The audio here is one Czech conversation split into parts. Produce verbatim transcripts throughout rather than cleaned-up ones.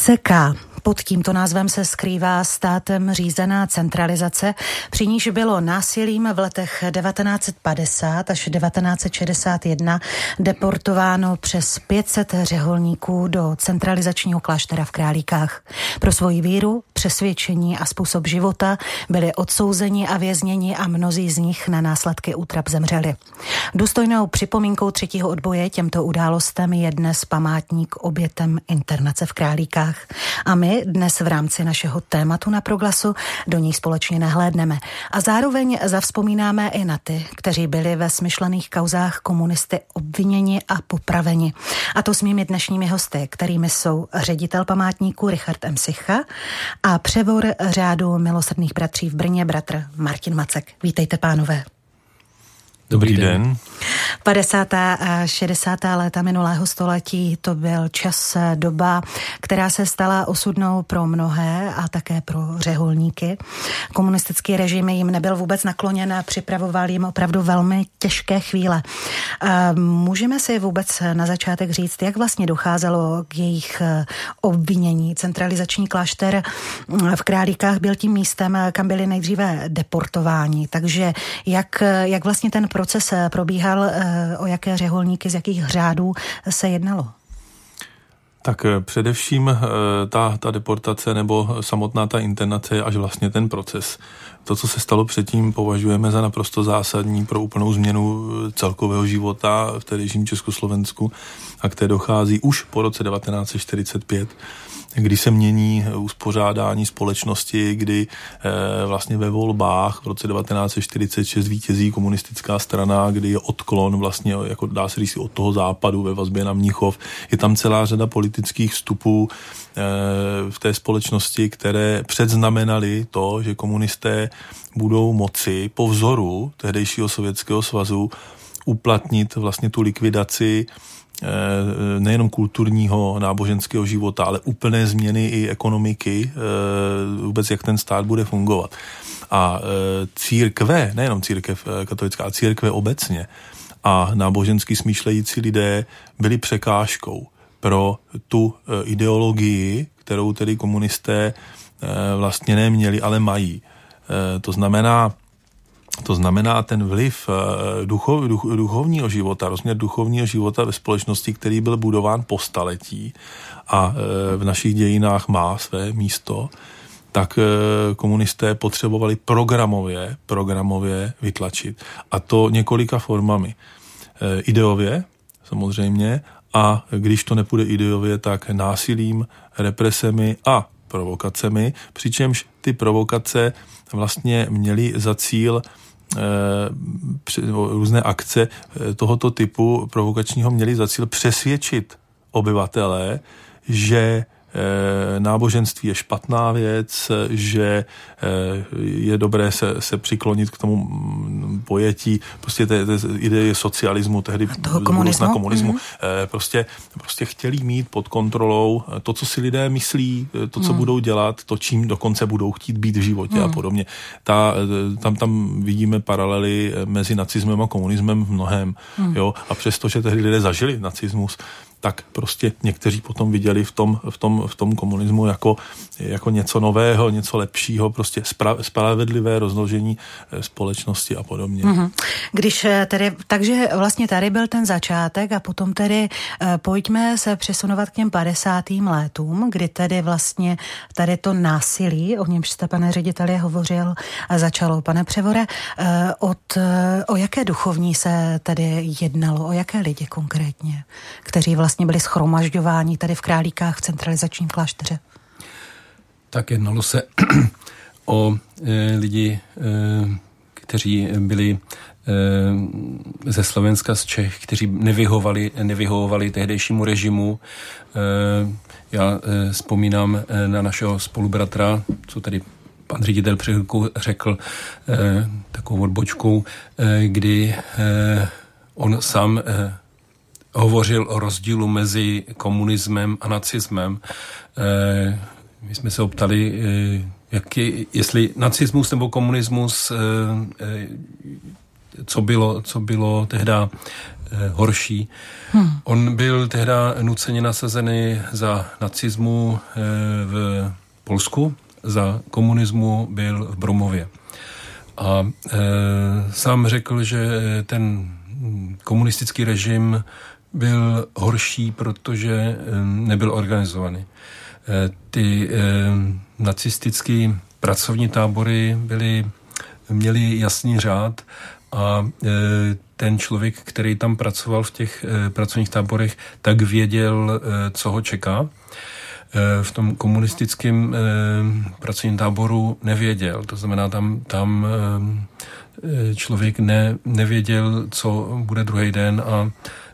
C K. Pod tímto názvem se skrývá státem řízená centralizace, při níž bylo násilím v letech devatenáct set padesát až devatenáct set šedesát jedna deportováno přes pět set řeholníků do centralizačního kláštera v Králíkách. Pro svoji víru, přesvědčení a způsob života byli odsouzeni a vězněni a mnozí z nich na následky útrap zemřeli. Důstojnou připomínkou třetího odboje těmto událostem je dnes památník obětem internace v Králíkách. A my dnes v rámci našeho tématu na Proglasu do ní společně nahlédneme. A zároveň zavzpomínáme i na ty, kteří byli ve smyšlených kauzách komunisty obviněni a popraveni. A to s mými dnešními hosty, kterými jsou ředitel památníku Richard M. Sicha a převor řádu milosrdných bratří v Brně bratr Martin Macek. Vítejte, pánové. Dobrý den. padesátá a šedesátá léta minulého století to byl čas, doba, která se stala osudnou pro mnohé a také pro řeholníky. Komunistický režim jim nebyl vůbec nakloněn a připravoval jim opravdu velmi těžké chvíle. Můžeme si vůbec na začátek říct, jak vlastně docházelo k jejich obvinění. Centralizační klášter v Králíkách byl tím místem, kam byli nejdříve deportováni. Takže jak, jak vlastně ten proces probíhal, o jaké řeholníky, z jakých řádů se jednalo? Tak především ta, ta deportace nebo samotná ta internace je až vlastně ten proces. To, co se stalo předtím, považujeme za naprosto zásadní pro úplnou změnu celkového života v tehdejším Československu, a které dochází už po roce devatenáct set čtyřicet pět, kdy se mění uspořádání společnosti, kdy e, vlastně ve volbách v roce devatenáct set čtyřicet šest vítězí komunistická strana, kdy je odklon vlastně, jako dá se říct, od toho západu ve vazbě na Mnichov. Je tam celá řada politických vstupů e, v té společnosti, které předznamenaly to, že komunisté budou moci po vzoru tehdejšího Sovětského svazu uplatnit vlastně tu likvidaci nejenom kulturního, náboženského života, ale úplné změny i ekonomiky, vůbec jak ten stát bude fungovat. A církve, nejenom církev katolická, ale církve obecně a nábožensky smýšlející lidé byli překážkou pro tu ideologii, kterou tedy komunisté vlastně neměli, ale mají. To znamená, To znamená ten vliv duchov, duch, duchovního života, rozměr duchovního života ve společnosti, který byl budován po staletí a v našich dějinách má své místo, tak komunisté potřebovali programově, programově vytlačit. A to několika formami. Ideově, samozřejmě, a když to nepůjde ideově, tak násilím, represemi a provokacemi, přičemž ty provokace vlastně měly za cíl e, různé akce tohoto typu provokačního měly za cíl přesvědčit obyvatele, že e, náboženství je špatná věc, že e, je dobré se, se přiklonit k tomu pojetí prostě té, té ideje socialismu, tehdy komunismu, na komunismu. Mm-hmm. E, prostě, prostě chtěli mít pod kontrolou to, co si lidé myslí, to, co mm. budou dělat, to, čím dokonce budou chtít být v životě mm. a podobně. Ta, tam, tam vidíme paralely mezi nacismem a komunismem v mnohém. Mm. Jo? A přesto, že tehdy lidé zažili nacismus, tak prostě někteří potom viděli v tom, v tom, v tom komunismu jako, jako něco nového, něco lepšího, prostě spra- spravedlivé rozložení společnosti a podobně. Mm-hmm. Když tedy, takže vlastně tady byl ten začátek a potom tedy eh, pojďme se přesunovat k těm padesátým letům, kdy tedy vlastně tady to násilí, o němž jste, pane řediteli, hovořil, začalo. Pane Převore, eh, od, eh, o jaké duchovní se tedy jednalo, o jaké lidi konkrétně, kteří vlastně vlastně byli shromažďováni tady v Králíkách v centralizačním klášteře? Tak jednalo se o e, lidi, e, kteří byli e, ze Slovenska, z Čech, kteří nevyhovovali, nevyhovovali tehdejšímu režimu. E, já e, vzpomínám e, na našeho spolubratra, co tady pan ředitel při chvilku řekl, e, takovou odbočkou, e, kdy e, on sám e, hovořil o rozdílu mezi komunismem a nacismem. E, my jsme se optali, e, jak je, jestli nacismus nebo komunismus e, e, co bylo, co bylo tehda horší. Hmm. On byl tehda nuceně nasazený za nacismu v Polsku, za komunismu byl v Bromově. A e, sám řekl, že ten komunistický režim byl horší, protože nebyl organizovaný. E, ty e, nacistické pracovní tábory byly, měly jasný řád a e, ten člověk, který tam pracoval v těch e, pracovních táborech, tak věděl, e, co ho čeká. E, v tom komunistickém e, pracovním táboru nevěděl. To znamená, tam, tam e, člověk ne, nevěděl, co bude druhý den a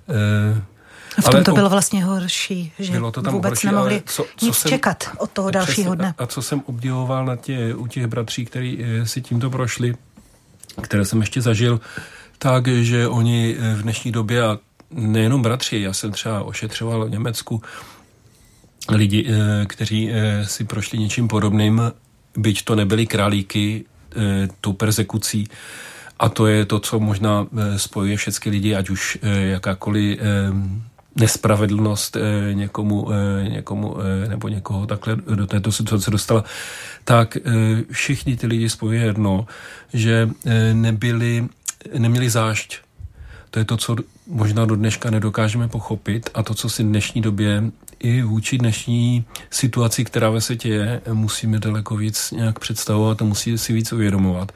A v tom to bylo vlastně horší, že bylo to tam vůbec horší, nemohli co, co nic jsem, čekat od toho dalšího dne. A co jsem obdivoval na tě, u těch bratří, kteří si tímto prošli, které jsem ještě zažil, tak, že oni v dnešní době, a nejenom bratři, já jsem třeba ošetřoval v Německu lidi, kteří si prošli něčím podobným, byť to nebyly králíky tou persekucí, a to je to, co možná spojuje všechny lidi, ať už jakákoliv nespravedlnost někomu, někomu nebo někoho takhle do této situace dostala, tak všichni ty lidi spojuje jedno, že nebyli, neměli zášť. To je to, co možná do dneška nedokážeme pochopit a to, co si v dnešní době i vůči dnešní situaci, která ve světě je, musíme daleko víc nějak představovat a musíme si víc uvědomovat.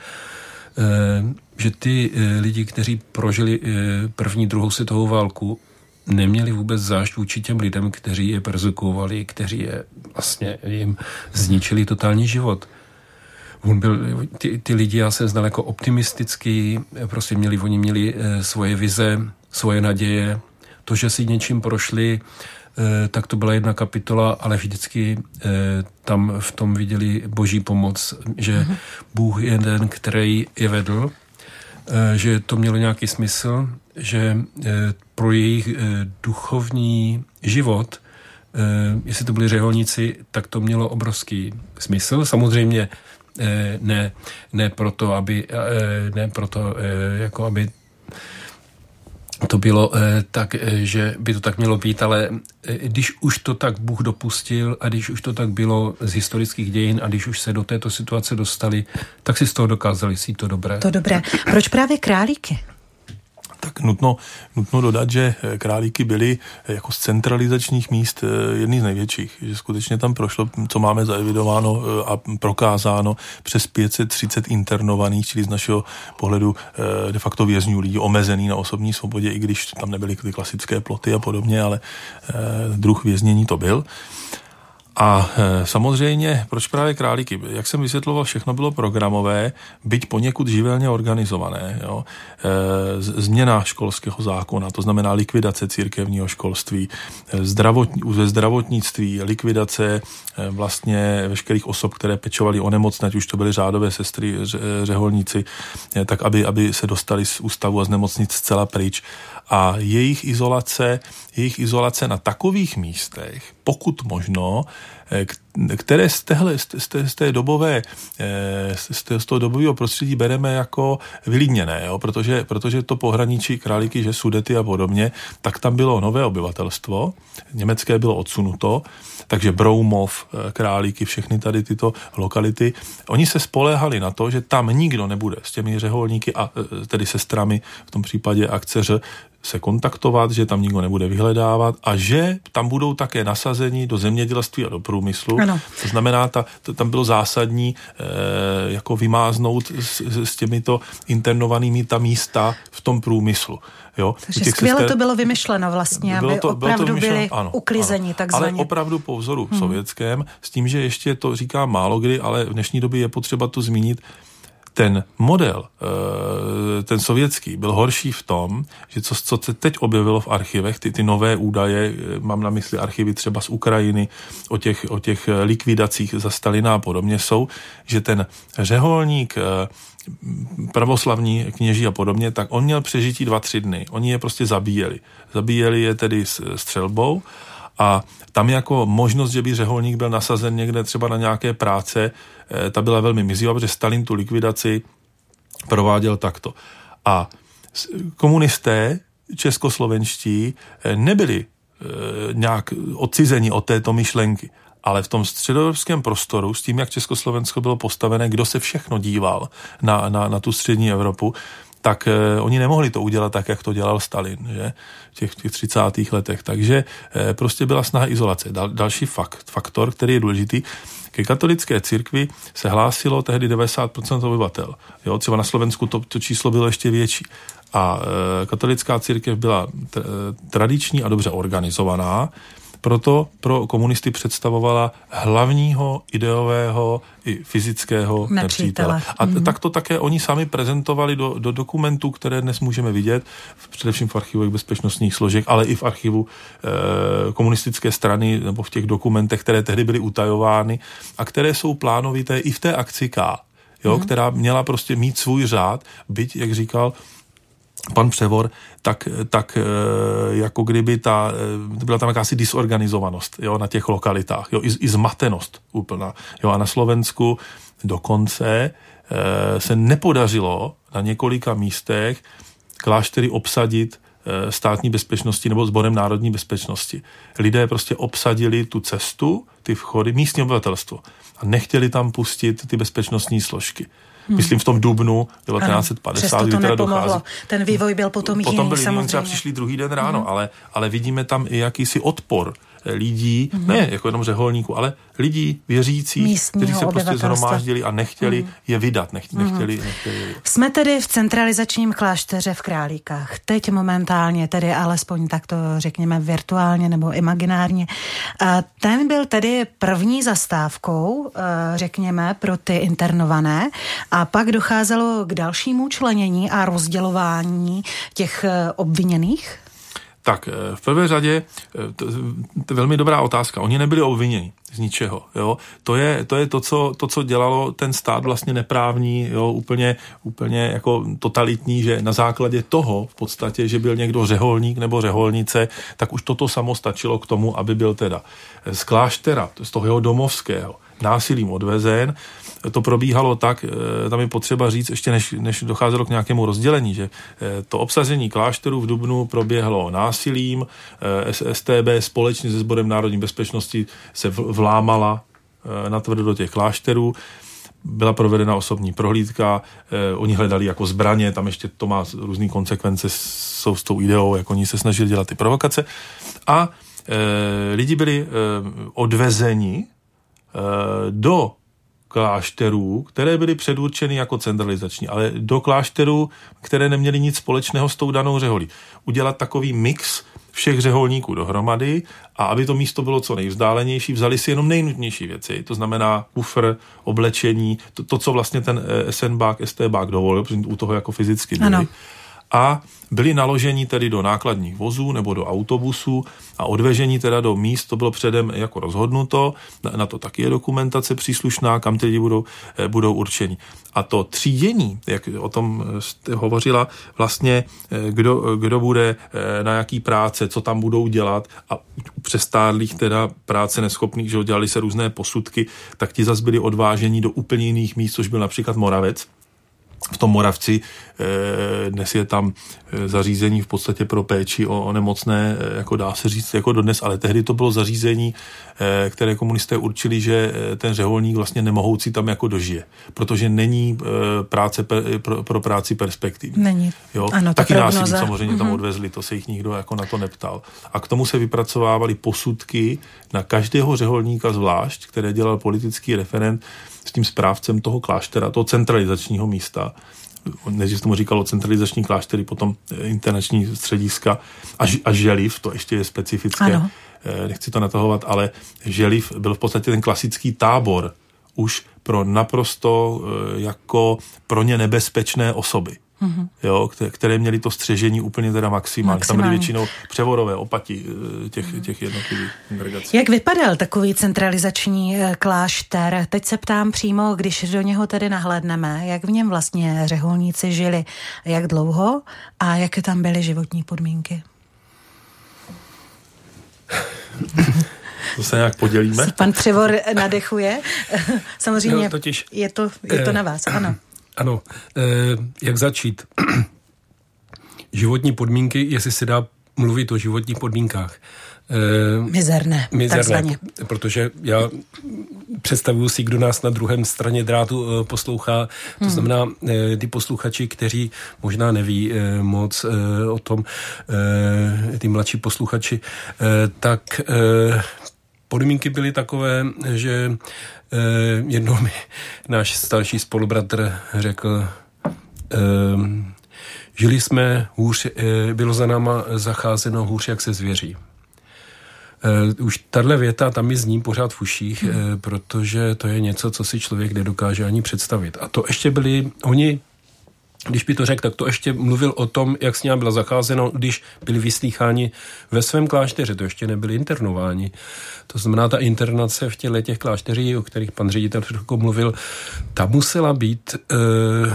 Že ty lidi, kteří prožili první, druhou světovou válku, neměli vůbec zášť vůči těm lidem, kteří je persekuovali, kteří je vlastně jim zničili totální život. On byl, ty, ty lidi já jsem znal jako optimistický, prostě měli, oni měli svoje vize, svoje naděje. To, že si něčím prošli, tak to byla jedna kapitola, ale vždycky tam v tom viděli boží pomoc, že mm-hmm. Bůh je ten, který je vedl, že to mělo nějaký smysl, že pro jejich duchovní život, jestli to byli řeholníci, tak to mělo obrovský smysl. Samozřejmě ne, ne proto, aby, ne proto, jako aby to bylo tak, že by to tak mělo být, ale když už to tak Bůh dopustil a když už to tak bylo z historických dějin a když už se do této situace dostali, tak si z toho dokázali si to dobré. To dobré. Proč právě králíky? Tak nutno, nutno dodat, že králíky byly jako z centralizačních míst jedný z největších. Že skutečně tam prošlo, co máme zaevidováno a prokázáno, přes pět set třicet internovaných, čili z našeho pohledu de facto vězňů, lidí omezený na osobní svobodě, i když tam nebyly ty klasické ploty a podobně, ale druh věznění to byl. A e, samozřejmě, proč právě králíky? Jak jsem vysvětloval, všechno bylo programové, byť poněkud živelně organizované. Jo? E, změna školského zákona, to znamená likvidace církevního školství, zdravotní, ze zdravotnictví, likvidace e, vlastně veškerých osob, které pečovali o nemocné, ať už to byly řádové sestry, ře, řeholníci, e, tak aby, aby se dostali z ústavu a z nemocnic zcela pryč. A jejich izolace, jejich izolace na takových místech, pokud možno, které z, téhle, z, té, z té dobové, z, té, z toho dobového prostředí bereme jako vylidněné, jo? Protože, protože to pohraničí králíky, že Sudety a podobně, tak tam bylo nové obyvatelstvo, německé bylo odsunuto, takže Broumov, Králíky, všechny tady tyto lokality, oni se spoléhali na to, že tam nikdo nebude s těmi řeholníky a tedy sestrami, v tom případě akceř, se kontaktovat, že tam nikdo nebude vyhledávat a že tam budou také nasazení do zemědělství a do průmyslu. Ano. To znamená, ta, to, tam bylo zásadní e, jako vymáznout s, s těmito internovanými ta místa v tom průmyslu. Jo? Takže skvěle sester... to bylo vymyšleno vlastně, bylo to, aby opravdu bylo to byli ano, uklizení ano. takzvaně. Ale opravdu po vzoru hmm. sovětském, s tím, že ještě to říkám málo kdy, ale v dnešní době je potřeba to zmínit. Ten model, ten sovětský, byl horší v tom, že co, co se teď objevilo v archivech, ty, ty nové údaje, mám na mysli archivy třeba z Ukrajiny, o těch, o těch likvidacích za Stalina a podobně, jsou, že ten řeholník, pravoslavní kněží a podobně, tak on měl přežití dva, tři dny. Oni je prostě zabíjeli. Zabíjeli je tedy s střelbou a tam jako možnost, že by řeholník byl nasazen někde třeba na nějaké práce, ta byla velmi mizivá, protože Stalin tu likvidaci prováděl takto. A komunisté českoslovenští nebyli nějak odcizeni od této myšlenky. Ale v tom středoevropském prostoru, s tím, jak Československo bylo postavené, kdo se všechno díval na, na, na tu střední Evropu, tak eh, oni nemohli to udělat tak, jak to dělal Stalin, že? V těch, těch třicátých letech. Takže eh, prostě byla snaha izolace. Dal, další fakt, faktor, který je důležitý, ke katolické církvi se hlásilo tehdy devadesát procent obyvatel. Jo? Třeba na Slovensku to, to číslo bylo ještě větší. A e, katolická církev byla t, tradiční a dobře organizovaná, proto pro komunisty představovala hlavního ideového i fyzického nepřítele. nepřítele. A mm. tak to také oni sami prezentovali do, do dokumentů, které dnes můžeme vidět, především v archivu bezpečnostních složek, ale i v archivu e, komunistické strany nebo v těch dokumentech, které tehdy byly utajovány a které jsou plánovité i v té akci K, jo, mm. která měla prostě mít svůj řád, byť, jak říkal pan Převor, tak, tak jako kdyby ta, byla tam jakási disorganizovanost, jo, na těch lokalitách, jo, i, i zmatenost úplná. Jo, a na Slovensku dokonce e, se nepodařilo na několika místech kláštery obsadit e, státní bezpečnosti nebo sborem národní bezpečnosti. Lidé prostě obsadili tu cestu, ty vchody, místní obyvatelstvo a nechtěli tam pustit ty bezpečnostní složky. Hmm. Myslím v tom dubnu devatenáct set padesát, ano, kdy teda dochází. Ten vývoj byl potom jiný, Potom byli samozřejmě. Třeba přišli druhý den ráno, hmm. ale, ale vidíme tam i jakýsi odpor lidí, hmm. ne jako jenom řeholníků, ale lidí věřících, místního kteří se prostě zhromáždili a nechtěli hmm. je vydat, nechtěli, hmm. nechtěli, nechtěli je vydat. Jsme tedy v centralizačním klášteře v Králíkách. Teď momentálně, tedy alespoň takto řekněme virtuálně nebo imaginárně. Ten byl tedy první zastávkou, řekněme, pro ty internované a pak docházelo k dalšímu členění a rozdělování těch obviněných? Tak v prvé řadě, to, to je velmi dobrá otázka, oni nebyli obviněni z ničeho, jo. To je, to je to, co, to, co dělalo ten stát vlastně neprávní, jo, úplně, úplně jako totalitní, že na základě toho v podstatě, že byl někdo řeholník nebo řeholnice, tak už toto samo stačilo k tomu, aby byl teda z kláštera, z toho jeho domovského, násilím odvezen. To probíhalo tak, tam je potřeba říct, ještě než, než docházelo k nějakému rozdělení, že to obsazení klášteru v dubnu proběhlo násilím, S T B společně se Sborem národní bezpečnosti se vlámala natvrdo do těch klášterů, byla provedena osobní prohlídka, oni hledali jako zbraně, tam ještě to má různý konsekvence jsou s tou ideou, jak oni se snažili dělat ty provokace a e, lidi byli e, odvezeni e, do klášterů, které byly předurčeny jako centralizační, ale do klášterů, které neměly nic společného s tou danou řeholí. Udělat takový mix všech řeholníků dohromady a aby to místo bylo co nejvzdálenější, vzali si jenom nejnutnější věci, to znamená kufr, oblečení, to, to co vlastně ten SNBák, STBák dovolil, protože u toho jako fyzicky byli. Ano. A byli naloženi tedy do nákladních vozů nebo do autobusů a odvežení teda do míst, to bylo předem jako rozhodnuto, na to taky je dokumentace příslušná, kam ty lidi budou, budou určeni. A to třídění, jak o tom jste hovořila, vlastně kdo, kdo bude na jaký práce, co tam budou dělat a u přestárlých teda práce neschopných, že dělali se různé posudky, tak ti zase byli odváženi do úplně jiných míst, což byl například Moravec. V tom Moravci dnes je tam zařízení v podstatě pro péči o nemocné, jako dá se říct, jako dodnes, ale tehdy to bylo zařízení, které komunisté určili, že ten řeholník vlastně nemohoucí tam jako dožije, protože není práce pro, pro práci perspektivní. Není. Jo? Ano, taky prognoza. Násilí samozřejmě tam odvezli, to se jich nikdo jako na to neptal. A k tomu se vypracovávaly posudky na každého řeholníka zvlášť, které dělal politický referent s tím správcem toho kláštera, toho centralizačního místa. Než tomu říkalo centralizační kláštery, potom internační střediska a, a Želiv, to ještě je specifické, ano. Nechci to natahovat, ale Želiv byl v podstatě ten klasický tábor už pro naprosto jako pro ně nebezpečné osoby. Mm-hmm. Jo, které měly to střežení úplně teda maximálně. maximálně. Tam byly většinou převorové opati těch, těch jednotlivých kongregací. Jak vypadal takový centralizační klášter? Teď se ptám přímo, když do něho tedy nahlédneme, jak v něm vlastně řeholníci žili, jak dlouho a jaké tam byly životní podmínky? To se nějak podělíme? Pan Převor nadechuje. Samozřejmě no, totiž, je, to, je to na vás, ano. Ano, jak začít? životní podmínky, jestli se dá mluvit o životních podmínkách. Mizerné, Mizerné, takzvaně. Protože já představuju si, kdo nás na druhém straně drátu poslouchá. To hmm. znamená, ty posluchači, kteří možná neví moc o tom, ty mladší posluchači, tak podmínky byly takové, že jednou mi náš starší spolubratr řekl, žili jsme hůř, bylo za náma zacházeno hůř, jak se zvěří. Uh, už tahle věta tam mi zní pořád v uších, hmm. uh, protože to je něco, co si člověk nedokáže ani představit. A to ještě byli, oni, když by to řekl, tak to ještě mluvil o tom, jak s ním bylo zacházeno, když byli vyslýcháni ve svém klášteře, to ještě nebyli internováni. To znamená, ta internace v těchto těch klášteří, o kterých pan ředitel před chvilkou mluvil, ta musela být... Uh,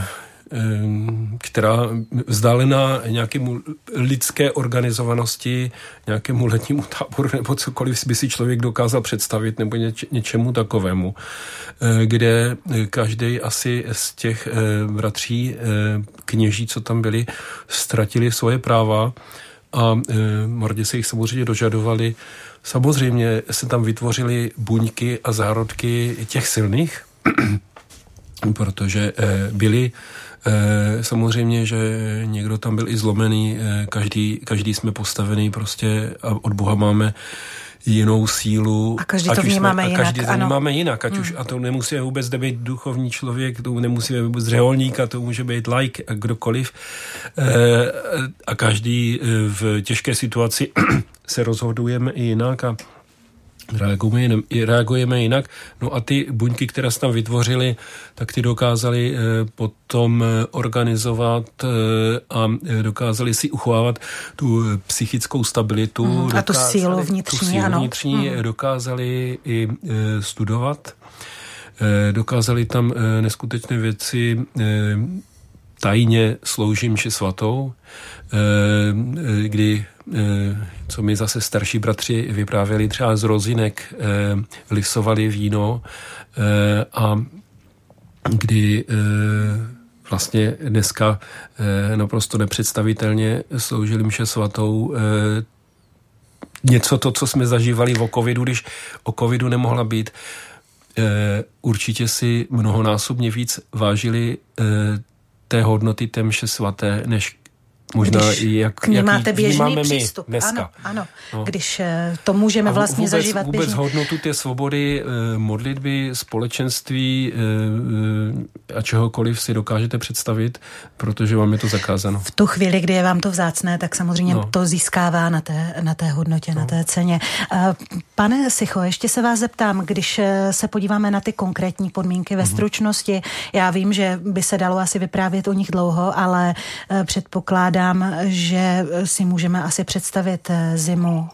která vzdálená nějakému lidské organizovanosti, nějakému letnímu táboru nebo cokoliv by si člověk dokázal představit nebo něč, něčemu takovému, kde každý asi z těch bratří kněží, co tam byli, ztratili svoje práva a mordě se jich samozřejmě dožadovali. Samozřejmě se tam vytvořily buňky a zárodky těch silných, protože byli samozřejmě, že někdo tam byl i zlomený, každý, každý jsme postavený prostě a od Boha máme jinou sílu. A každý to vnímáme jsme, jinak. A každý to vnímáme jinak, ať mm. už, a to nemusí vůbec být duchovní člověk, to nemusí být vůbec řeholník, a to může být laik, a kdokoliv. A každý v těžké situaci se rozhodujeme i jinak a Reagujeme, reagujeme jinak. No a ty buňky, které se tam vytvořily, tak ty dokázali e, potom organizovat e, a dokázali si uchovávat tu psychickou stabilitu. Mm, a dokázali, tu sílu vnitřní, tu sílu ano. vnitřní Mm. dokázali i e, studovat. E, dokázali tam e, neskutečné věci e, tajně slouží mši svatou, e, kdy co mi zase starší bratři vyprávěli, třeba z rozinek eh, lisovali víno eh, a kdy eh, vlastně dneska eh, naprosto nepředstavitelně sloužili mše svatou eh, něco to, co jsme zažívali o covidu, když o covidu nemohla být. Eh, určitě si mnohonásobně víc vážili eh, té hodnoty té mše svaté, než možná když i jak, k ní máte běžný přístup. Ano, ano. No. Když to můžeme vlastně vůbec, zažívat vůbec běžně. Vůbec hodnotu té svobody, modlitby, společenství a čehokoliv si dokážete představit, protože vám je to zakázáno. V tu chvíli, kdy je vám to vzácné, tak samozřejmě no. to získává na té, na té hodnotě, no. na té ceně. Pane Sicho, ještě se vás zeptám, když se podíváme na ty konkrétní podmínky ve mm-hmm. stručnosti, já vím, že by se dalo asi vyprávět o nich dlouho, ale předpokládám, že si můžeme asi představit zimu,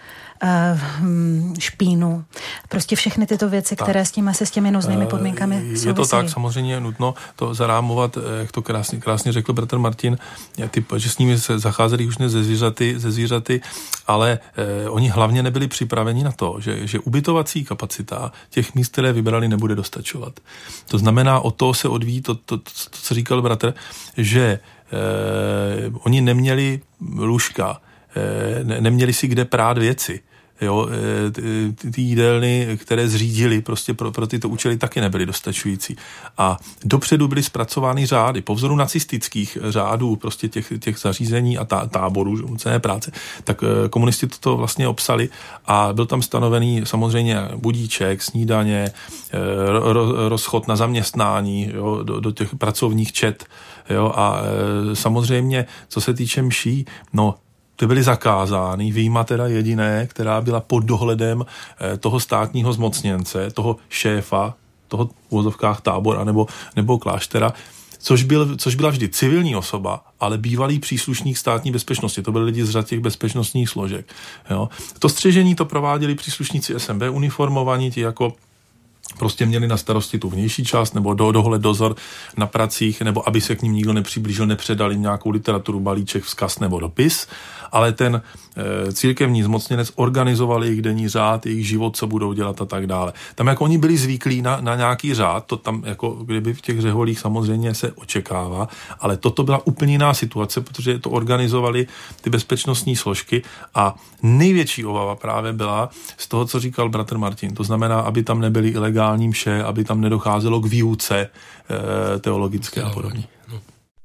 špínu, prostě všechny tyto věci, tak. které s tím asi s těmi noznými podmínkami souvisí. Je to tak, samozřejmě je nutno to zarámovat, jak to krásně, krásně řekl bratr Martin, ty, že s nimi se zacházeli už ne ze zvířaty, ze zvířaty, ale eh, oni hlavně nebyli připraveni na to, že, že ubytovací kapacita těch míst, které vybrali, nebude dostačovat. To znamená, o to se odvíjí to, to, to, to co říkal bratr, že eh, oni neměli lůžka, eh, ne, neměli si kde prát věci. Jo, ty, ty jídelny, které zřídili prostě pro, pro tyto účely, taky nebyly dostačující. A dopředu byly zpracovány řády, po vzoru nacistických řádů, prostě těch, těch zařízení a tá, táborů, nucené práce, tak komunisti toto vlastně obsali a byl tam stanovený samozřejmě budíček, snídaně, ro, rozchod na zaměstnání, jo, do, do těch pracovních čet. Jo, a samozřejmě, co se týče mší, no, ty byly zakázány, výjima teda jediné, která byla pod dohledem toho státního zmocněnce, toho šéfa, toho v uvozovkách tábora nebo, nebo kláštera, což, byl, což byla vždy civilní osoba, ale bývalý příslušník státní bezpečnosti. To byli lidi z řad těch bezpečnostních složek. Jo. To střežení to prováděli příslušníci S M B, uniformovaní, ti jako prostě měli na starosti tu vnější část, nebo do, dohled, dozor na pracích, nebo aby se k ním nikdo nepřiblížil, nepředal jim nějakou literaturu, balíček, vzkaz nebo dopis, ale ten e, církevní zmocněnec organizoval jejich denní řád, jejich život, co budou dělat a tak dále. Tam jako oni byli zvyklí na, na nějaký řád, to tam jako kdyby v těch řeholích samozřejmě se očekává, ale toto byla úplně jiná situace, protože to organizovali ty bezpečnostní složky a největší obava právě byla z toho, co říkal bratr Martin. To znamená, aby tam nebyly ilegální mše, aby tam nedocházelo k výuce e, teologické a podobně. No.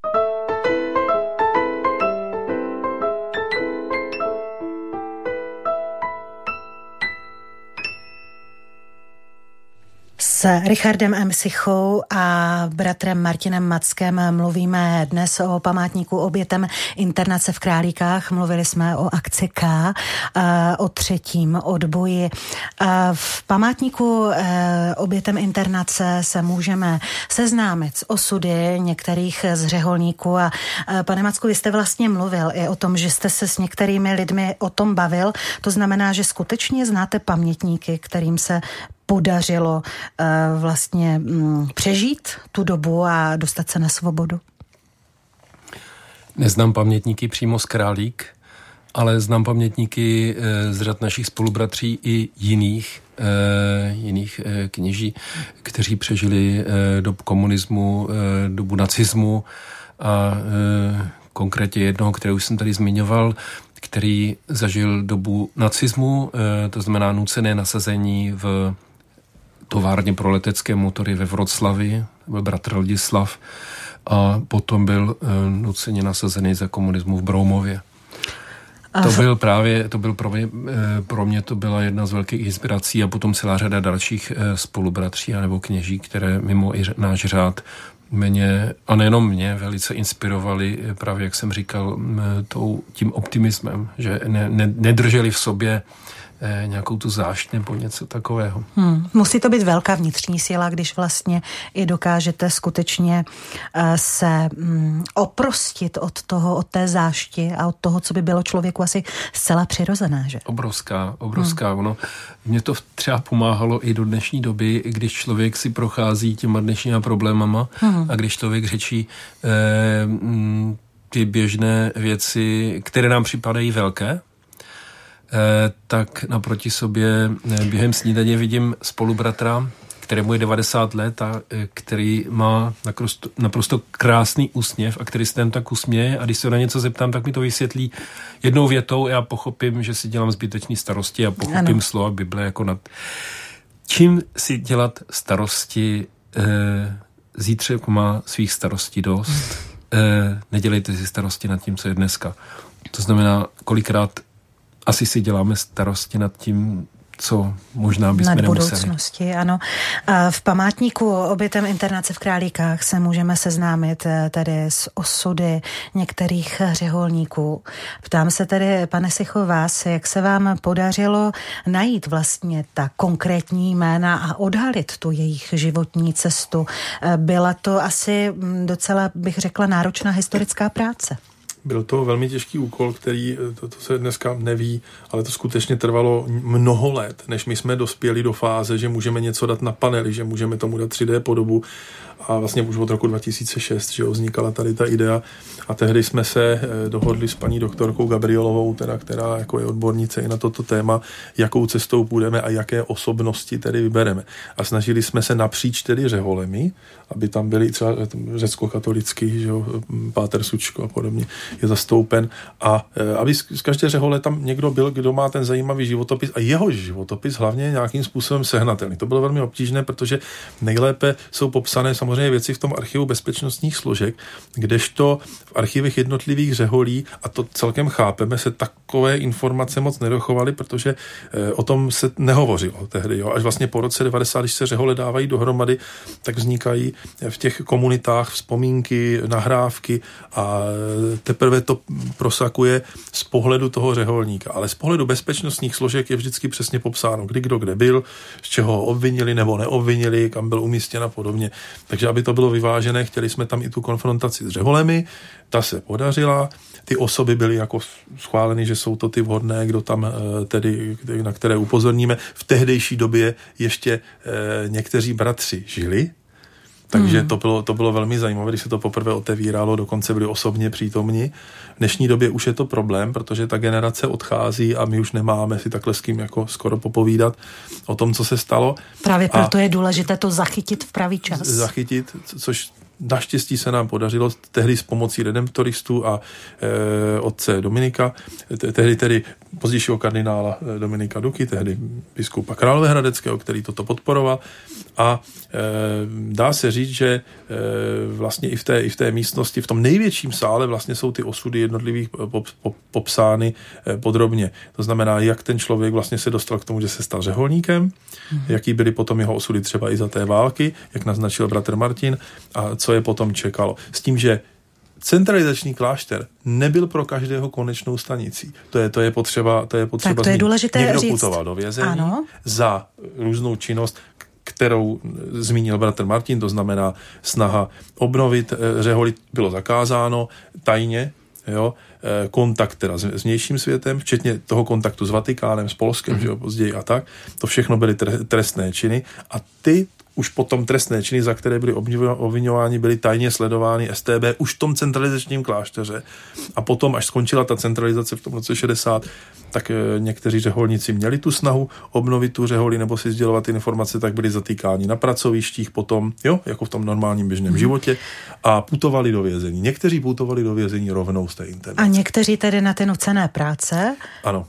S Richardem M. Sichou a bratrem Martinem Mackem mluvíme dnes o památníku obětem internace v Králíkách. Mluvili jsme o akci K, o třetím odboji. V památníku obětem internace se můžeme seznámit s osudy některých z řeholníků. A pane Macku, vy jste vlastně mluvil i o tom, že jste se s některými lidmi o tom bavil. To znamená, že skutečně znáte pamětníky, kterým se podařilo uh, vlastně um, přežít tu dobu a dostat se na svobodu? Neznám pamětníky přímo z Králík, ale znám pamětníky uh, z řad našich spolubratří i jiných, uh, jiných uh, kněží, kteří přežili uh, dobu komunismu, uh, dobu nacismu a uh, konkrétně jednoho, kterého jsem tady zmiňoval, který zažil dobu nacismu, uh, to znamená nucené nasazení v továrně pro letecké motory ve Vroclavi, byl bratr Ladislav, a potom byl uh, nuceně nasazený za komunismu v Broumově. Aha. To byl právě, to byl pro mě, pro mě to byla jedna z velkých inspirací a potom celá řada dalších spolubratří nebo kněží, které mimo i náš řád mě, a nejenom mě, velice inspirovali právě, jak jsem říkal, tou, tím optimismem, že ne, ne, nedrželi v sobě nějakou tu zášť nebo něco takového. Hmm. Musí to být velká vnitřní síla, když vlastně i dokážete skutečně uh, se um, oprostit od toho, od té zášti a od toho, co by bylo člověku asi zcela přirozené, že? Obrovská, obrovská. Hmm. Ono, mě to třeba pomáhalo i do dnešní doby, když člověk si prochází těma dnešníma problémama hmm. a když člověk řečí eh, m, ty běžné věci, které nám připadají velké, Eh, tak naproti sobě eh, během snídaně vidím spolubratra, kterému je devadesát let a eh, který má naprosto, naprosto krásný úsměv a který se ten tak usměje a když se na něco zeptám, tak mi to vysvětlí jednou větou a já pochopím, že si dělám zbytečný starosti a pochopím ano. slova Bible jako nad... Čím si dělat starosti, eh, zítřek má svých starostí dost, eh, nedělejte si starosti nad tím, co je dneska. To znamená, kolikrát asi si děláme starosti nad tím, co možná bychom nemuseli. Nad budoucnosti, ano. V památníku obětem internace v Králíkách se můžeme seznámit tedy s osudy některých řeholníků. Ptám se tedy, pane Sicho, vás, jak se vám podařilo najít vlastně ta konkrétní jména a odhalit tu jejich životní cestu. Byla to asi docela, bych řekla, náročná historická práce. Byl to velmi těžký úkol, který, to, to se dneska neví, ale to skutečně trvalo mnoho let, než my jsme dospěli do fáze, že můžeme něco dát na panely, že můžeme tomu dát tři dé podobu. A vlastně už od roku dva tisíce šest, že vznikala tady ta idea a tehdy jsme se dohodli s paní doktorkou Gabrielovou, teda, která jako je odbornice i na toto téma, jakou cestou půjdeme a jaké osobnosti tedy vybereme. A snažili jsme se napříč tedy řeholemi, aby tam byli třeba řecko-katolický, že jo, páter Sučko a podobně je zastoupen a aby z každé řehole tam někdo byl, kdo má ten zajímavý životopis a jeho životopis hlavně nějakým způsobem sehnatelný. To bylo velmi obtížné, protože nejlépe jsou popsané samozřejmě věci v tom archivu bezpečnostních složek, kdežto v archivech jednotlivých řeholí, a to celkem chápeme, se takové informace moc nedochovaly, protože e, o tom se nehovořilo tehdy. Jo. Až vlastně po roce devadesát, když se řehole dávají dohromady, tak vznikají v těch komunitách vzpomínky, nahrávky a te, teprve to prosakuje z pohledu toho řeholníka. Ale z pohledu bezpečnostních složek je vždycky přesně popsáno, kdy kdo kde byl, z čeho ho obvinili nebo neobvinili, kam byl umístěn a podobně. Takže aby to bylo vyvážené, chtěli jsme tam i tu konfrontaci s řeholemi, ta se podařila, ty osoby byly jako schváleny, že jsou to ty vhodné, kdo tam tedy, na které upozorníme. V tehdejší době ještě někteří bratři žili, takže hmm. to, bylo, to bylo velmi zajímavé, když se to poprvé otevíralo, dokonce byli osobně přítomni. V dnešní době už je to problém, protože ta generace odchází a my už nemáme si takhle s kým jako skoro popovídat o tom, co se stalo. Právě proto a je důležité to zachytit v pravý čas. Zachytit, což naštěstí se nám podařilo tehdy s pomocí redemptoristů a e, otce Dominika, te, tehdy tedy pozdějšího kardinála Dominika Duky, tehdy biskupa Královéhradeckého, který toto podporoval. A e, dá se říct, že e, vlastně i v, té, i v té místnosti, v tom největším sále vlastně jsou ty osudy jednotlivých pop, pop, popsány e, podrobně. To znamená, jak ten člověk vlastně se dostal k tomu, že se stal řeholníkem, mm-hmm. jaký byly potom jeho osudy třeba i za té války, jak naznačil bratr Martin, a co je potom čekalo. S tím, že centralizační klášter nebyl pro každého konečnou stanicí. To je, to je potřeba, to je potřeba tak to je důležité Někdo říct. putoval do vězení ano. za různou činnost, kterou zmínil bratr Martin, to znamená snaha obnovit řeholy, bylo zakázáno tajně, jo, kontakt teda s, s vnějším světem, včetně toho kontaktu s Vatikánem, s Polskem, mm. že jo, později a tak. To všechno byly trestné činy a ty už potom trestné činy, za které byly obviňováni, byly tajně sledovány S T B už v tom centralizačním klášteře. A potom, až skončila ta centralizace v tom roce šedesát, tak někteří řeholníci měli tu snahu obnovit tu řeholi nebo si sdělovat informace, tak byli zatýkáni na pracovištích potom, jo, jako v tom normálním běžném životě a putovali do vězení. Někteří putovali do vězení rovnou z té internace. A někteří tedy na ty nucené práce. Ano.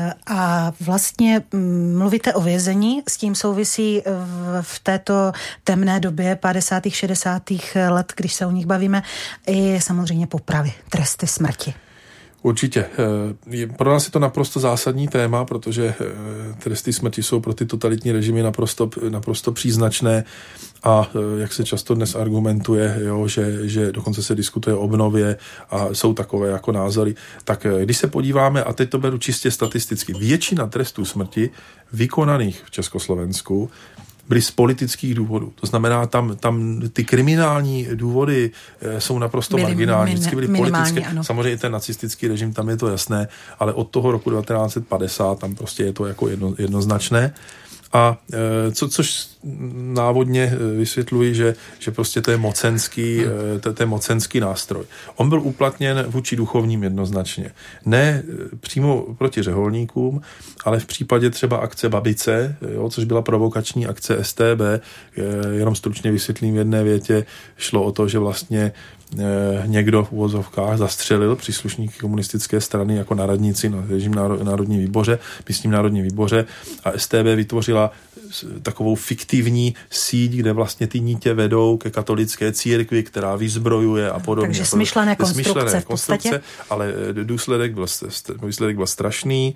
A vlastně mluvíte o vězení, s tím souvisí v této temné době padesátých šedesátých let, když se o nich bavíme, i samozřejmě popravy, tresty smrti. Určitě. Pro nás je to naprosto zásadní téma, protože tresty smrti jsou pro ty totalitní režimy naprosto, naprosto příznačné a jak se často dnes argumentuje, jo, že, že dokonce se diskutuje o obnově a jsou takové jako názory. Tak když se podíváme, a teď to beru čistě statisticky, většina trestů smrti vykonaných v Československu byly z politických důvodů. To znamená, tam, tam ty kriminální důvody jsou naprosto byly marginální. Vždycky byly politické. Ano. Samozřejmě ten nacistický režim, tam je to jasné, ale od toho roku devatenáct set padesát tam prostě je to jako jedno, jednoznačné. A co, což návodně vysvětluji, že, že prostě to je mocenský, to, to je mocenský nástroj. On byl uplatněn vůči duchovním jednoznačně. Ne přímo proti řeholníkům, ale v případě třeba akce Babice, jo, což byla provokační akce S T B, jenom stručně vysvětlím v jedné větě, šlo o to, že vlastně někdo v uvozovkách zastřelil příslušníky komunistické strany jako na radnici na režim národní výboře, místním národní výboře a S T B vytvořila takovou fiktivní síť, kde vlastně ty nítě vedou ke katolické církvi, která vyzbrojuje a podobně. Takže smyšlené konstrukce smyšlené v podstatě. Konstrukce, ale důsledek byl, důsledek byl strašný.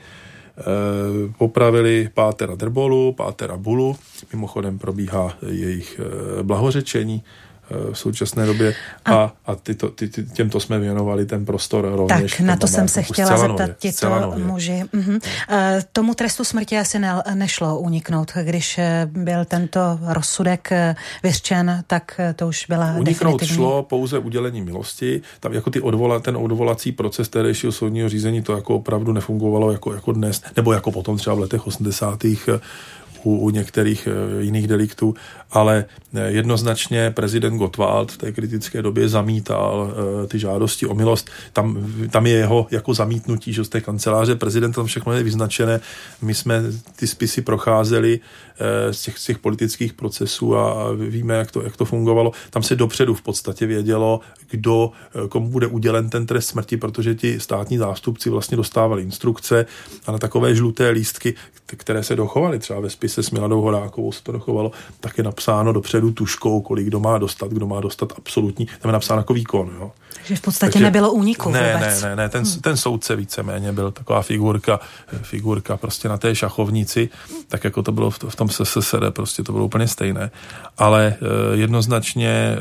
Popravili pátera Drbolu, pátera Bulu, mimochodem probíhá jejich blahořečení v současné době a, a tyto, ty, ty, těmto jsme věnovali ten prostor rovněž. Tak na to jsem se chtěla zeptat, tito nově. muži. Mhm. E, tomu trestu smrti asi ne, nešlo uniknout, když byl tento rozsudek vyřčen, tak to už byla uniknout definitivní. šlo pouze udělení milosti, tam jako ty odvola, ten odvolací proces tehdejšího soudního řízení, to jako opravdu nefungovalo jako, jako dnes, nebo jako potom třeba v letech osmdesátých U, u některých e, jiných deliktů, ale e, jednoznačně prezident Gottwald v té kritické době zamítal e, ty žádosti o milost. Tam, tam je jeho jako zamítnutí, že z té kanceláře prezidenta tam všechno je vyznačené. My jsme ty spisy procházeli e, z, těch, z těch politických procesů a, a víme, jak to, jak to fungovalo. Tam se dopředu v podstatě vědělo, kdo, komu bude udělen ten trest smrti, protože ti státní zástupci vlastně dostávali instrukce a na takové žluté lístky, které se dochovaly třeba ve spise s Miladou Horákovou se to dochovalo, tak je napsáno dopředu tuškou, kolik kdo má dostat, kdo má dostat absolutní, tam je napsáno jako výkon, jo. Takže v podstatě Takže, nebylo úniku ne, vůbec. Ne, ne, ne, ten, hmm. ten soudce víceméně byl taková figurka, figurka prostě na té šachovnici, tak jako to bylo v, v tom S S S R, prostě to bylo úplně stejné. Ale eh, jednoznačně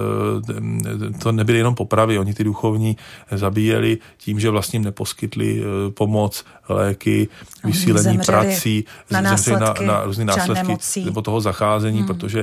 eh, to nebyly jenom popravy, oni ty duchovní zabíjeli tím, že vlastně jim neposkytli eh, pomoc, léky, vysílení prací, na následky, na, na různé následky nebo toho zacházení, hmm. protože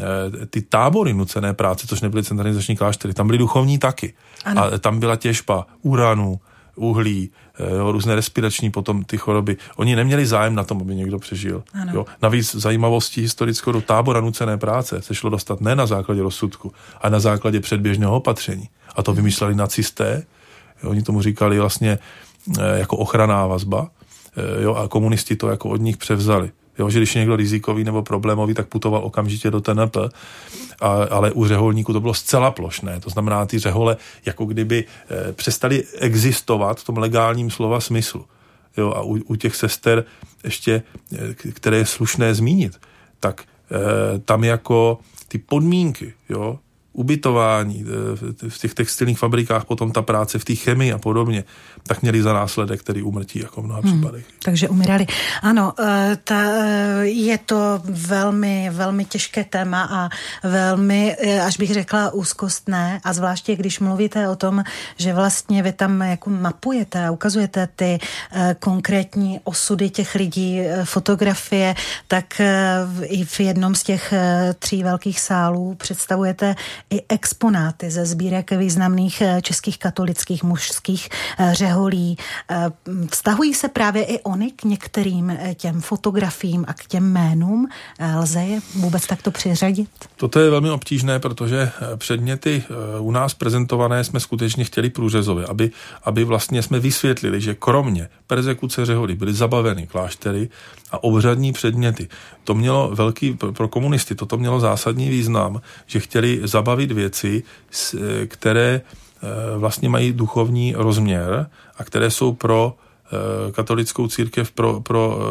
ty tábory nucené práce, což nebyly centralizační kláštery, tam byly duchovní taky. Ano. A tam byla těžba uranu, uhlí, jo, různé respirační potom ty choroby. Oni neměli zájem na tom, aby někdo přežil. Jo. Navíc zajímavostí historickou do tábora nucené práce se šlo dostat ne na základě rozsudku, ale na základě předběžného opatření. A to vymýšleli nacisté. Jo, oni tomu říkali vlastně jako ochranná vazba. Jo, a komunisti to jako od nich převzali. Jo, že když je někdo rizikový nebo problémový, tak putoval okamžitě do T N P, a, ale u řeholníků to bylo zcela plošné. To znamená, ty řehole jako kdyby e, přestali existovat v tom legálním slova smyslu. Jo, a u, u těch sester ještě, e, které je slušné zmínit, tak e, tam jako ty podmínky, jo, ubytování v těch textilních fabrikách, potom ta práce v té chemii a podobně, tak měli za následek tedy úmrtí, jako v mnoha hmm, případech. Takže umírali. Ano, ta, je to velmi, velmi těžké téma a velmi, až bych řekla, úzkostné, a zvláště když mluvíte o tom, že vlastně vy tam jako mapujete a ukazujete ty konkrétní osudy těch lidí, fotografie, tak i v jednom z těch tří velkých sálů představujete i exponáty ze sbírek významných českých katolických mužských řeholí. Vztahují se právě i oni k některým těm fotografiím a k těm jménům? Lze je vůbec takto přiřadit? Toto je velmi obtížné, protože předměty u nás prezentované jsme skutečně chtěli průřezově, aby, aby vlastně jsme vysvětlili, že kromě perzekuce řeholí byly zabaveny kláštery a obřadní předměty. To mělo velký, pro komunisty toto mělo zásadní význam, že chtěli zabavit věci, které vlastně mají duchovní rozměr a které jsou pro katolickou církev, pro, pro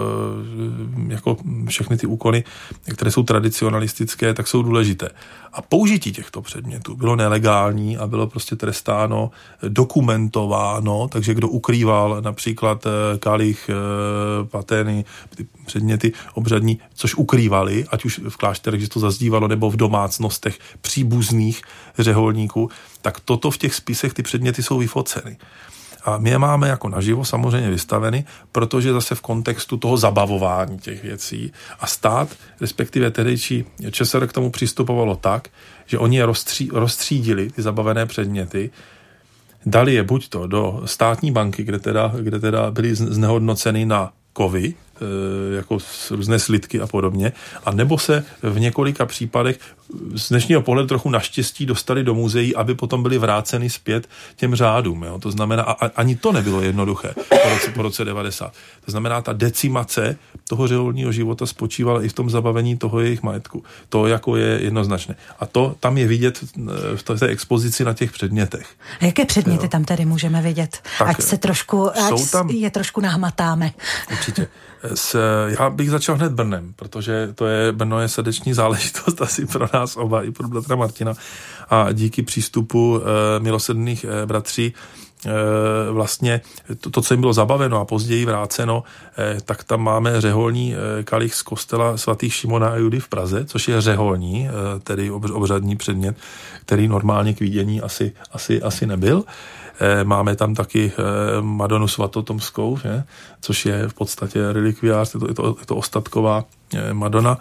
jako všechny ty úkony, které jsou tradicionalistické, tak jsou důležité. A použití těchto předmětů bylo nelegální a bylo prostě trestáno, dokumentováno, takže kdo ukrýval například kalich, patény, ty předměty obřadní, což ukrývali, ať už v klášterech, že to zazdívalo, nebo v domácnostech příbuzných řeholníků, tak toto v těch spisech ty předměty jsou vyfoceny. A my je máme jako naživo samozřejmě vystaveny, protože zase v kontextu toho zabavování těch věcí a stát, respektive tehdejší ČSR k tomu přistupovalo tak, že oni je rozstří, rozstřídili, ty zabavené předměty, dali je buď to do státní banky, kde teda, kde teda byly znehodnoceny na kovy, jako různé slitky a podobně, a nebo se v několika případech z dnešního pohledu trochu naštěstí dostali do muzeí, aby potom byly vráceny zpět těm řádům. Jo? To znamená, a, ani to nebylo jednoduché po roce, po roce devadesát. To znamená, ta decimace toho řeholního života spočívala i v tom zabavení toho jejich majetku. To jako je jednoznačné. A to tam je vidět v té expozici na těch předmětech. A jaké předměty jo? tam tedy můžeme vidět? Tak, ať se trošku, ať tam, je trošku nahmatáme. Určitě. S, já bych začal hned Brnem, protože to je, Brno je srdeční záležitost asi pro nás oba, i pro bratra Martina. A díky přístupu e, milosrdných e, bratří e, vlastně to, to, co jim bylo zabaveno a později vráceno, e, tak tam máme řeholní e, kalich z kostela svatých Šimona a Judy v Praze, což je řeholní, e, tedy obřadní předmět, který normálně k vidění asi, asi, asi nebyl. Máme tam taky Madonu svatotomskou, že? Což je v podstatě relikviář, je to, je to, je to ostatková Madonna.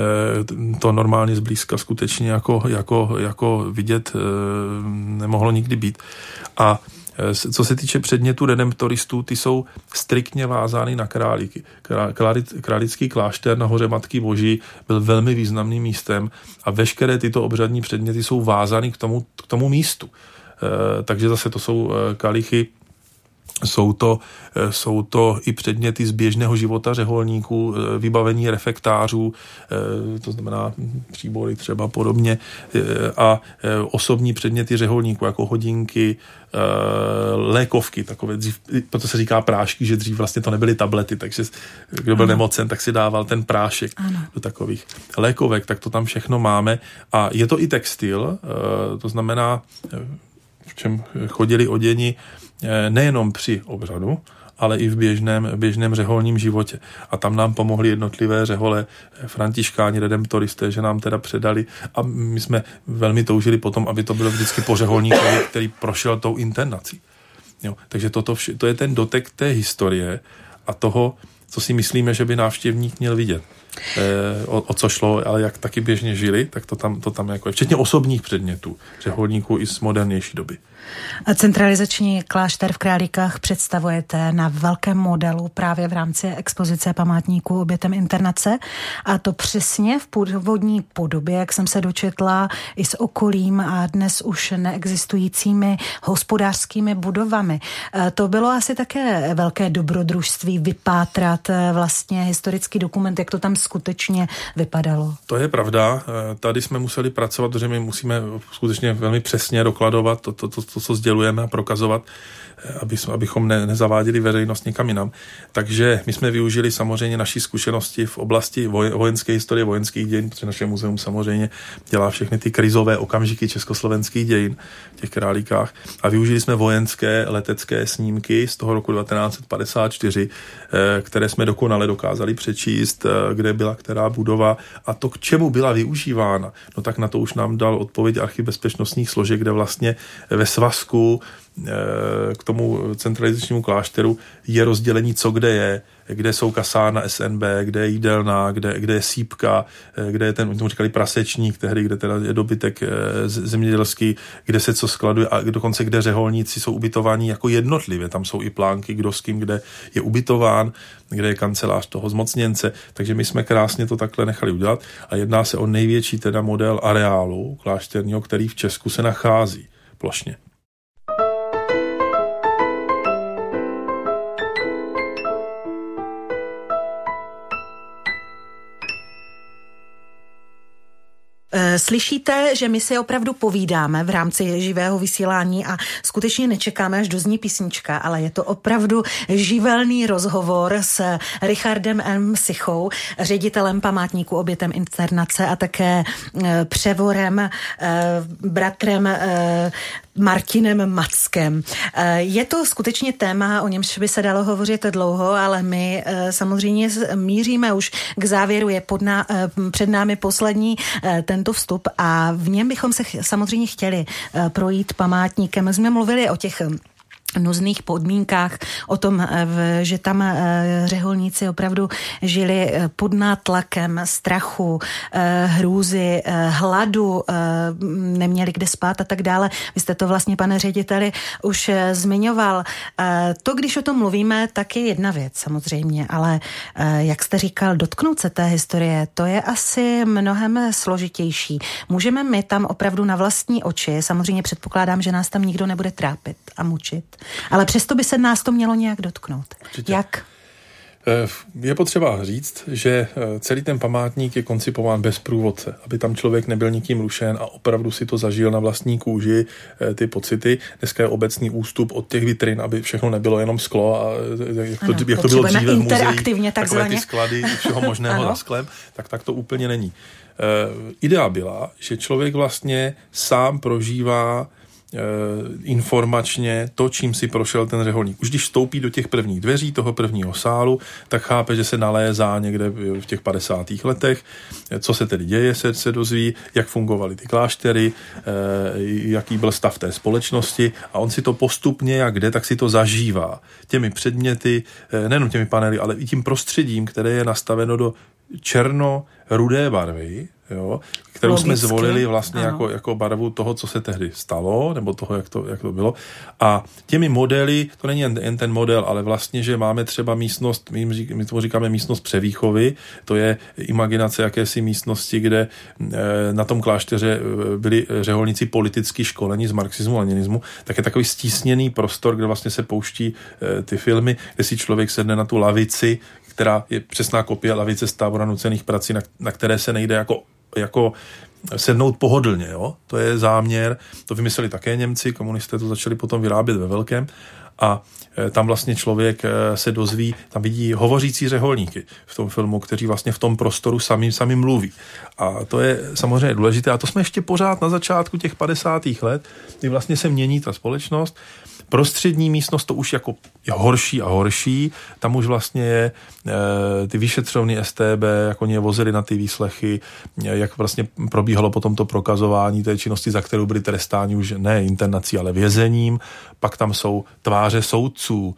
To normálně zblízka skutečně jako, jako, jako vidět nemohlo nikdy být. A co se týče předmětů redemptoristů, ty jsou striktně vázány na králíky. Králický klášter na Hoře Matky Boží byl velmi významným místem a veškeré tyto obřadní předměty jsou vázány k tomu, k tomu místu. Takže zase to jsou kalichy, jsou to, jsou to i předměty z běžného života řeholníků, vybavení refektářů, to znamená příbory třeba podobně, a osobní předměty řeholníků, jako hodinky, lékovky, takové dřív, proto se říká prášky, že dřív vlastně to nebyly tablety, takže kdo byl ano. nemocen, tak si dával ten prášek ano. do takových lékovek, tak to tam všechno máme. A je to i textil, to znamená v čem chodili oděni nejenom při obřadu, ale i v běžném, běžném řeholním životě. A tam nám pomohli jednotlivé řehole, františkáni, redemptoristé, že nám teda předali a my jsme velmi toužili potom, aby to bylo vždycky po řeholníkovi, který prošel tou internací. Jo, takže toto vše, to je ten dotek té historie a toho, co si myslíme, že by návštěvník měl vidět. E, o, o co šlo, ale jak taky běžně žili, tak to tam, to tam jako je. Včetně osobních předmětů, řeholníků i z modernější doby. Centralizační klášter v Králíkách představujete na velkém modelu právě v rámci expozice památníků obětem internace a to přesně v původní podobě, jak jsem se dočetla, i s okolím a dnes už neexistujícími hospodářskými budovami. To bylo asi také velké dobrodružství vypátrat vlastně historický dokument, jak to tam skutečně vypadalo. To je pravda. Tady jsme museli pracovat, protože my musíme skutečně velmi přesně dokladovat to, to, to, to co sdělujeme a prokazovat, aby, abychom ne, nezaváděli veřejnost někam jinam. Takže my jsme využili samozřejmě naší zkušenosti v oblasti voj, vojenské historie, vojenských dějin, protože naše muzeum samozřejmě dělá všechny ty krizové okamžiky československých dějin v těch Králíkách a využili jsme vojenské letecké snímky z toho roku devatenáct set padesát čtyři, které jsme dokonale dokázali přečíst, kde byla která budova a to, k čemu byla využívána. No tak na to už nám dal odpověď Archiv bezpečnostních složek, kde vlastně ve svazku k tomu centralizačnímu klášteru je rozdělení, co kde je, kde jsou kasárna S N B, kde je jídelná, kde, kde je sýpka, kde je ten, tomu říkali prasečník tehdy, kde teda je dobytek zemědělský, kde se co skladuje a dokonce kde řeholníci jsou ubytováni jako jednotlivě. Tam jsou i plánky, kdo s kým, kde je ubytován, kde je kancelář toho zmocněnce. Takže my jsme krásně to takhle nechali udělat a jedná se o největší teda model areálu klášterního, který v Česku se nachází plošně. Slyšíte, že my si opravdu povídáme v rámci živého vysílání a skutečně nečekáme, až dozní písnička, ale je to opravdu živelný rozhovor s Richardem M. Sichou, ředitelem památníku obětem internace a také převorem, bratrem Martinem Mackem. Je to skutečně téma, o němž by se dalo hovořit dlouho, ale my samozřejmě míříme už k závěru. Je pod ná, před námi poslední tento vstup a v něm bychom se samozřejmě chtěli projít památníkem. My jsme mluvili o těch nuzných podmínkách, o tom, že tam řeholníci opravdu žili pod nátlakem strachu, hrůzy, hladu, neměli kde spát a tak dále. Vy jste to vlastně, pane řediteli, už zmiňoval. To, když o tom mluvíme, tak je jedna věc samozřejmě, ale jak jste říkal, dotknout se té historie, to je asi mnohem složitější. Můžeme my tam opravdu na vlastní oči, samozřejmě předpokládám, že nás tam nikdo nebude trápit a mučit, ale přesto by se nás to mělo nějak dotknout. Určitě. Jak? Je potřeba říct, že celý ten památník je koncipován bez průvodce, aby tam člověk nebyl nikým rušen a opravdu si to zažil na vlastní kůži, ty pocity. Dneska je obecný ústup od těch vitrin, aby všechno nebylo jenom sklo a jak to, ano, jak to bylo dříve v muzeích, takové ty sklady všeho možného za sklem, tak tak to úplně není. Idea byla, že člověk vlastně sám prožívá informačně to, čím si prošel ten řeholník. Už když vstoupí do těch prvních dveří toho prvního sálu, tak chápe, že se nalézá někde v těch padesátých letech, co se tedy děje, se, se dozví, jak fungovaly ty kláštery, jaký byl stav té společnosti a on si to postupně, jak jde, tak si to zažívá. Těmi předměty, nejenom těmi panely, ale i tím prostředím, které je nastaveno do černo-rudé barvy, jo, kterou Logicky, jsme zvolili vlastně jako, jako barvu toho, co se tehdy stalo, nebo toho, jak to, jak to bylo. A těmi modely, to není jen, jen ten model, ale vlastně, že máme třeba místnost, my, řík, my tomu říkáme místnost převýchovy, to je imaginace jakési místnosti, kde e, na tom klášteře byli řeholníci politicky školení z marxismu a leninismu, tak je takový stísněný prostor, kde vlastně se pouští e, ty filmy, kde si člověk sedne na tu lavici, která je přesná kopie lavice z Tábora nucených prací, na, na které se nejde jako jako sednout pohodlně, jo? To je záměr, to vymysleli také Němci, komunisté to začali potom vyrábět ve velkém a tam vlastně člověk se dozví, tam vidí hovořící řeholníky v tom filmu, kteří vlastně v tom prostoru sami, sami mluví. A to je samozřejmě důležité. A to jsme ještě pořád na začátku těch padesátých let, kdy vlastně se mění ta společnost. Prostřední místnost to už jako je horší a horší. Tam už vlastně je e, ty vyšetřovny S T B, jak oni je vozili na ty výslechy, jak vlastně probíhalo potom to prokazování té činnosti, za kterou byli trestáni už ne internací, ale vězením. Pak tam jsou tváře soudců,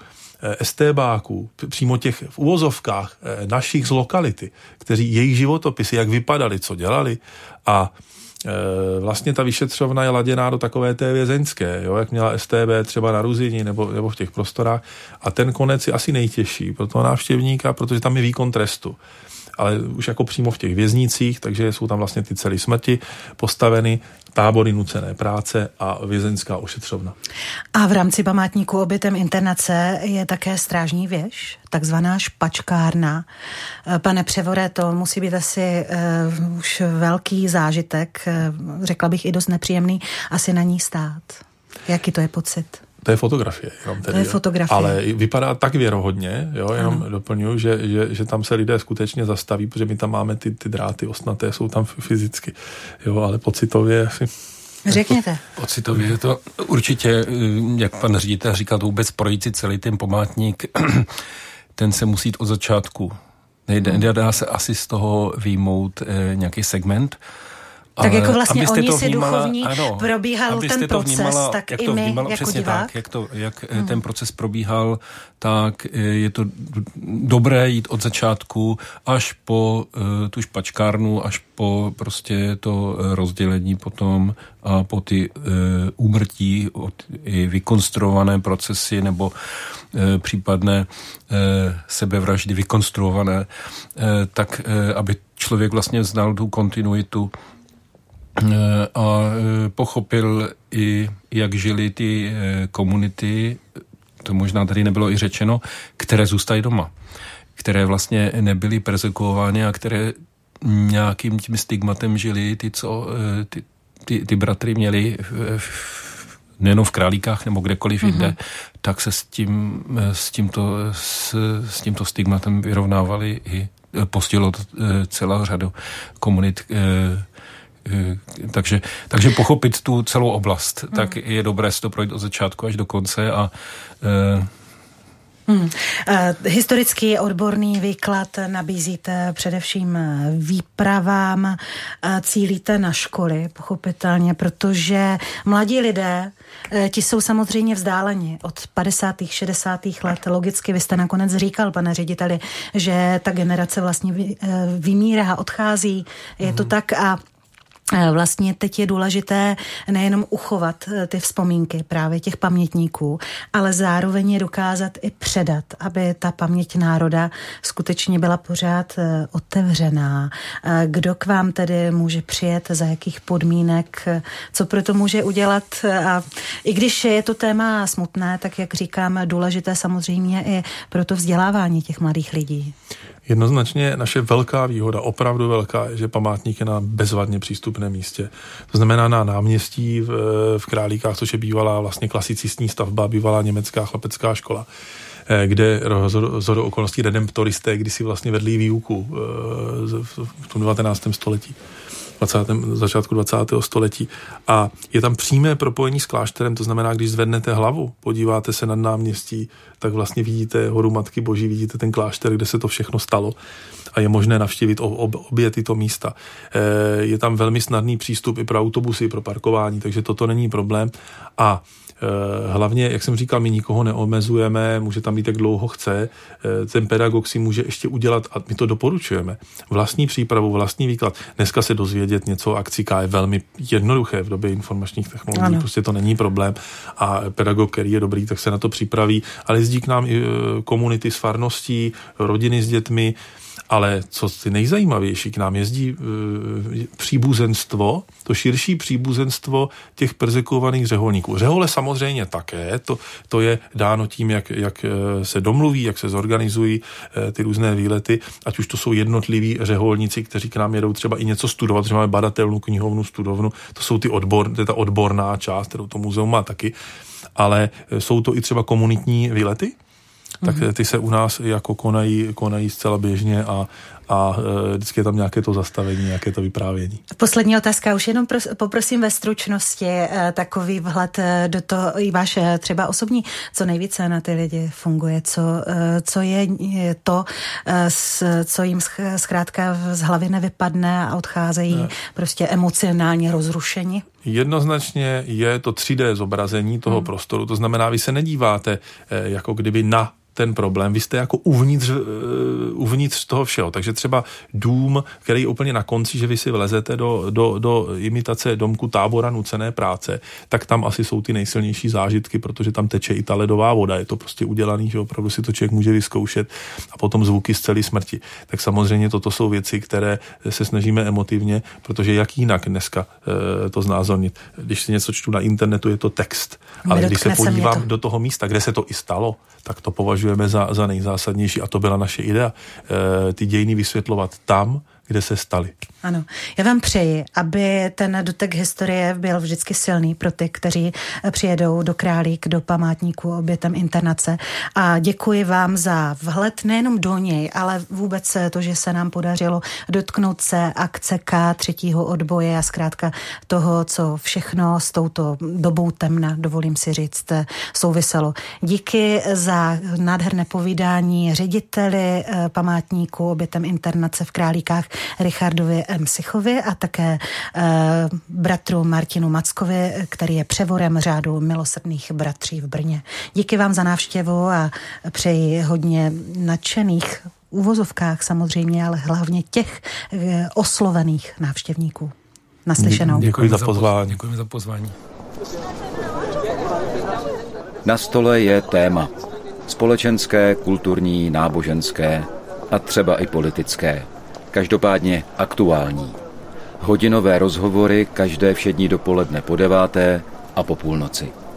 STBáků, přímo těch v uvozovkách našich z lokality, kteří jejich životopisy, jak vypadali, co dělali a vlastně ta vyšetřovna je laděná do takové té vězeňské, jo, jak měla S T B třeba na Ruzini nebo, nebo v těch prostorách a ten konec je asi nejtěžší pro toho návštěvníka, protože tam je výkon trestu. Ale už jako přímo v těch věznicích, takže jsou tam vlastně ty celé smrti postaveny, tábory nucené práce a vězeňská ošetřovna. A v rámci památníku obětem internace je také strážní věž, takzvaná špačkárna. Pane Převore, to musí být asi uh, už velký zážitek, uh, řekla bych i dost nepříjemný, asi na ní stát. Jaký to je pocit? To je fotografie. Jenom tedy, to je fotografie. Ale vypadá tak věrohodně, jo, jenom ano. doplňuji, že, že, že tam se lidé skutečně zastaví, protože my tam máme ty, ty dráty ostnaté, jsou tam fyzicky. Jo, ale pocitově asi... Řekněte. Pocitově je to určitě, jak pan ředitel říkal, to vůbec projít si celý ten památník, ten se musí jít od začátku. Nejde, hmm. dá se asi z toho vyjmout eh, nějaký segment. Tak jako vlastně oni si vnímala, duchovní ano, probíhal ten proces, vnímala, tak jak i to my vnímala, jako přesně divák. Tak, jak, to, jak hmm. ten proces probíhal, tak je to dobré jít od začátku až po uh, tu špačkárnu, až po prostě to rozdělení potom a po ty uh, úmrtí, od, i vykonstruované procesy nebo uh, případné uh, sebevraždy vykonstruované, uh, tak uh, aby člověk vlastně znal tu kontinuitu a pochopil i, jak žili ty komunity, to možná tady nebylo i řečeno, které zůstají doma, které vlastně nebyly persekuovány a které nějakým tím stigmatem žili, ty, co ty, ty, ty bratry měli v, v, nejenom v Králíkách nebo kdekoliv jinde, mm-hmm. tak se s, tím, s, tímto, s, s tímto stigmatem vyrovnávali i postihlo celá řadu komunit. Takže, takže pochopit tu celou oblast, hmm. tak je dobré si to projít od začátku až do konce a uh, Hmm. Uh, historický odborný výklad nabízíte především výpravám, uh, cílíte na školy, pochopitelně, protože mladí lidé, uh, ti jsou samozřejmě vzdáleni od padesátých, šedesátých let. Logicky vy jste nakonec říkal, pane řediteli, že ta generace vlastně vy, uh, vymírá, odchází, je hmm. to tak a vlastně teď je důležité nejenom uchovat ty vzpomínky právě těch pamětníků, ale zároveň je dokázat i předat, aby ta paměť národa skutečně byla pořád otevřená. Kdo k vám tedy může přijet, za jakých podmínek, co pro to může udělat. A i když je to téma smutné, tak jak říkám, důležité samozřejmě i pro to vzdělávání těch mladých lidí. Jednoznačně naše velká výhoda, opravdu velká, je, že památník je na bezvadně přístupném místě. To znamená na náměstí v, v Králíkách, což je bývalá vlastně klasicistní stavba, bývalá německá chlapecká škola, kde shodou okolností redemptoristé kdysi vlastně vedli výuku v tom devatenáctém století. dvacátém začátku dvacátého století. A je tam přímé propojení s klášterem, to znamená, když zvednete hlavu, podíváte se na náměstí, tak vlastně vidíte horu Matky Boží, vidíte ten klášter, kde se to všechno stalo a je možné navštívit ob, obě tyto místa. Je tam velmi snadný přístup i pro autobusy, pro parkování, takže toto není problém. A hlavně, jak jsem říkal, my nikoho neomezujeme, může tam být, jak dlouho chce, ten pedagog si může ještě udělat, a my to doporučujeme, vlastní přípravu, vlastní výklad. Dneska se dozvědět něco o akci K je velmi jednoduché v době informačních technologií, ano. Prostě to není problém a pedagog, který je dobrý, tak se na to připraví, ale jezdí k nám i komunity s farností, rodiny s dětmi Ale co si nejzajímavější, k nám jezdí e, příbuzenstvo, to širší příbuzenstvo těch perzekvovaných řeholníků. Řehole samozřejmě také, to, to je dáno tím, jak, jak se domluví, jak se zorganizují e, ty různé výlety, ať už to jsou jednotliví řeholníci, kteří k nám jedou třeba i něco studovat, že máme badatelnu, knihovnu, studovnu, to jsou ty odbor, to je ta odborná část, kterou to muzeum má taky, ale jsou to i třeba komunitní výlety, tak ty se u nás jako konají, konají zcela běžně a, a vždycky je tam nějaké to zastavení, nějaké to vyprávění. Poslední otázka, už jenom pros, poprosím ve stručnosti takový vhled do toho, i váš třeba osobní, co nejvíce na ty lidi funguje, co, co je to, co jim zkrátka z hlavy nevypadne a odcházejí ne. prostě emocionálně rozrušeni? Jednoznačně je to tři dé zobrazení toho hmm. prostoru, to znamená, vy se nedíváte jako kdyby na ten problém, vy jste jako uvnitř, uvnitř toho všeho. Takže třeba dům, který je úplně na konci, že vy si vlezete do, do, do imitace domku Tábora nucené práce, tak tam asi jsou ty nejsilnější zážitky, protože tam teče i ta ledová voda, je to prostě udělaný, že opravdu si to člověk může vyzkoušet a potom zvuky z celé smrti. Tak samozřejmě toto jsou věci, které se snažíme emotivně, protože jak jinak dneska e, to znázornit. Když si něco čtu na internetu, je to text, ale když se podívám to. do toho místa, kde se to i stalo, tak to považujeme za, za nejzásadnější a to byla naše idea. E, ty dějiny vysvětlovat tam, kde se staly. Ano. Já vám přeji, aby ten dotek historie byl vždycky silný pro ty, kteří přijedou do Králík, do památníku obětem internace. A děkuji vám za vhled nejenom do něj, ale vůbec to, že se nám podařilo dotknout se akce K třetího odboje a zkrátka toho, co všechno s touto dobou temna, dovolím si říct, souviselo. Díky za nádherné povídání řediteli památníku obětem internace v Králíkách Richardovi Msichovi a také e, bratru Martinu Mackovi, který je převorem řádu milosrdných bratří v Brně. Díky vám za návštěvu a přeji hodně nadšených uvozovkách samozřejmě, ale hlavně těch e, oslovených návštěvníků. Naslyšenou. Děkuji za pozvání. Děkujeme za pozvání. Na stole je téma. Společenské, kulturní, náboženské a třeba i politické. Každopádně aktuální. Hodinové rozhovory každé všední dopoledne po deváté a po půlnoci.